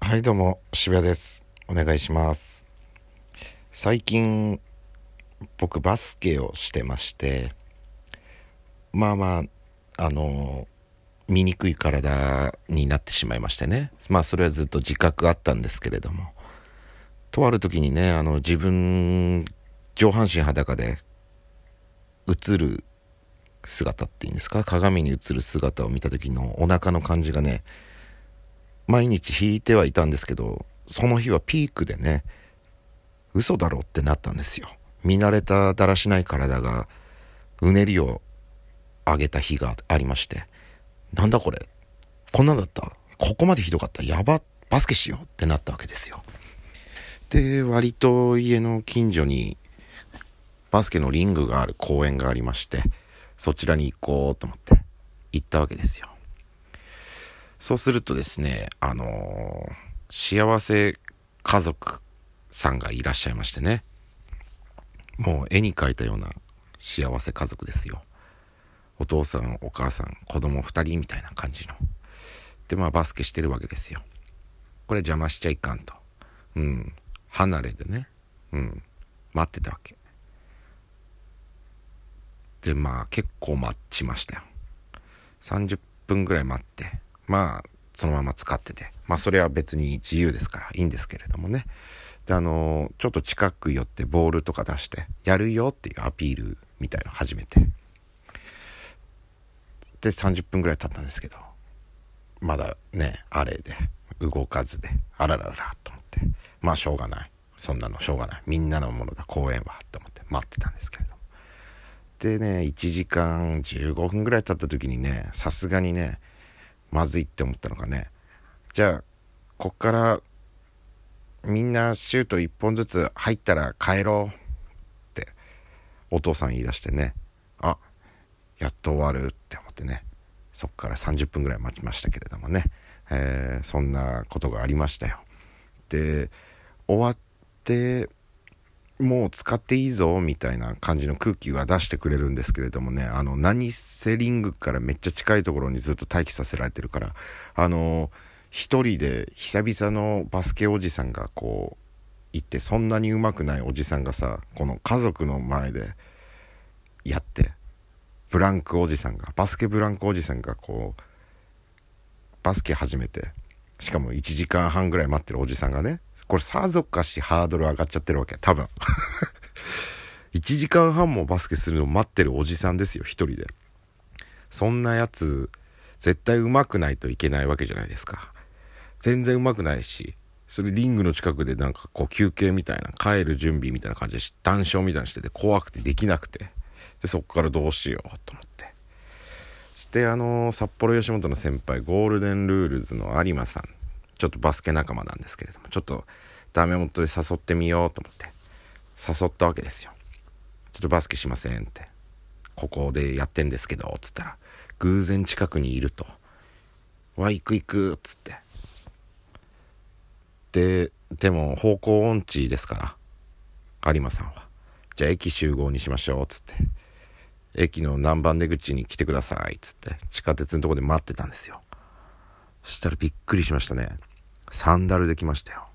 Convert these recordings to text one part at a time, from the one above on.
はいどうも渋谷です。お願いします。最近僕バスケをしてまして、まあまあ醜い体になってしまいましてね。それはずっと自覚あったんですけれども、とある時にね、自分上半身裸で映る姿っていうんですか、鏡に映る姿を見た時のお腹の感じがね、毎日引いてはいたんですけど、その日はピークでね、嘘だろってなったんですよ。見慣れただらしない体がうねりを上げた日がありまして、なんだこれ、こんなんだった、ここまでひどかった、やば、バスケしようってなったわけですよ。で、割と家の近所にバスケのリングがある公園がありまして、そちらに行こうと思って行ったわけですよ。そうするとですね、幸せ家族さんがいらっしゃいましてね、もう絵に描いたような幸せ家族ですよ。お父さんお母さん子供2人みたいな感じので、バスケしてるわけですよ。これ邪魔しちゃいかんと、離れでね、待ってたわけで、結構待ちましたよ。30分ぐらい待って、そのまま使ってて、それは別に自由ですからいいんですけれどもね。でちょっと近く寄ってボールとか出してやるよっていうアピールみたいの始めて、で30分ぐらい経ったんですけど、まだねあれで動かずで、あらららと思って、しょうがない、そんなのしょうがない、みんなのものだ公園はと思って待ってたんですけれども、でね1時間15分ぐらい経った時にね、さすがにねまずいって思ったのがね、じゃあこっからみんなシュート1本ずつ入ったら帰ろうってお父さん言い出してね、あ、やっと終わるって思ってね、そっから30分ぐらい待ちましたけれどもね、そんなことがありましたよ。で終わって、もう使っていいぞみたいな感じの空気は出してくれるんですけれどもね、何せリングからめっちゃ近いところにずっと待機させられてるから、一人で久々のバスケおじさんがこう行って、そんなに上手くないおじさんがさ、この家族の前でやって、バスケブランクおじさんがこうバスケ始めて、しかも1時間半ぐらい待ってるおじさんがね、これさぞかしハードル上がっちゃってるわけ、多分1時間半もバスケするの待ってるおじさんですよ、一人で。そんなやつ絶対上手くないといけないわけじゃないですか。全然上手くないし、それリングの近くでなんかこう休憩みたいな、帰る準備みたいな感じで談笑みたいなしてて、怖くてできなくて、でそっからどうしようと思って、して札幌吉本の先輩、ゴールデンルールズの有馬さん、ちょっとバスケ仲間なんですけれども、ちょっとダメ元で誘ってみようと思って誘ったわけですよ。ちょっとバスケしませんって、ここでやってんですけどつったら、偶然近くにいると、わ、行く行くっつって、でも方向音痴ですから有馬さんは、じゃあ駅集合にしましょうっつって、駅の何番出口に来てくださいっつって地下鉄のとこで待ってたんですよ。そしたらびっくりしましたね。サンダルで来ましたよ。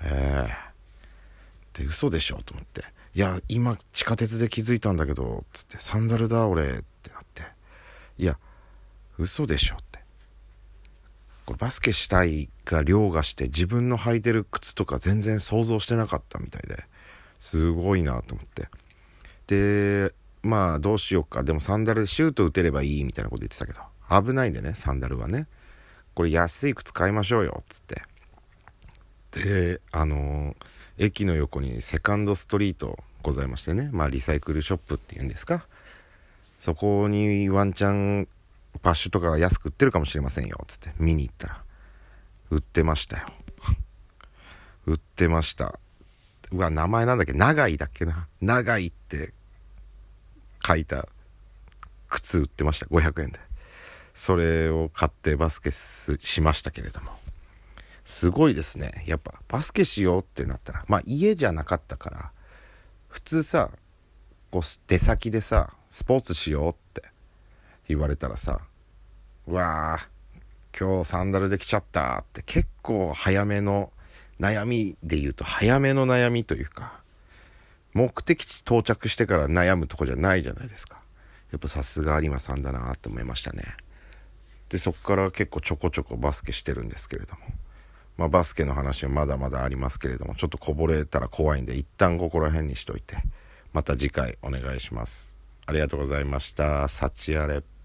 で嘘でしょと思って、いや今地下鉄で気づいたんだけどつって、サンダルだ俺ってなって、いや嘘でしょって、これバスケしたいが凌駕して自分の履いてる靴とか全然想像してなかったみたいで、すごいなと思って、でどうしようか、でもサンダルでシュート打てればいいみたいなこと言ってたけど、危ないんでねサンダルはね、これ安い靴買いましょうよっつって、で駅の横にセカンドストリートございましてね、リサイクルショップっていうんですか、そこにワンチャンパッシュとか安く売ってるかもしれませんよっつって見に行ったら、売ってましたよ売ってました。うわ、名前なんだっけ、長井だっけな、長井って書いた靴売ってました、500円で。それを買ってバスケしましたけれども、すごいですね。やっぱバスケしようってなったら、家じゃなかったから、普通さ、こう出先でさスポーツしようって言われたらさ、うわー今日サンダルできちゃったって結構早めの悩みで言うと早めの悩みというか、目的地到着してから悩むとこじゃないじゃないですか。やっぱさすが有馬さんだなって思いましたね。でそこから結構ちょこちょこバスケしてるんですけれども、バスケの話はまだまだありますけれども、ちょっとこぼれたら怖いんで一旦ここら辺にしといて、また次回お願いします。ありがとうございました。幸あれ。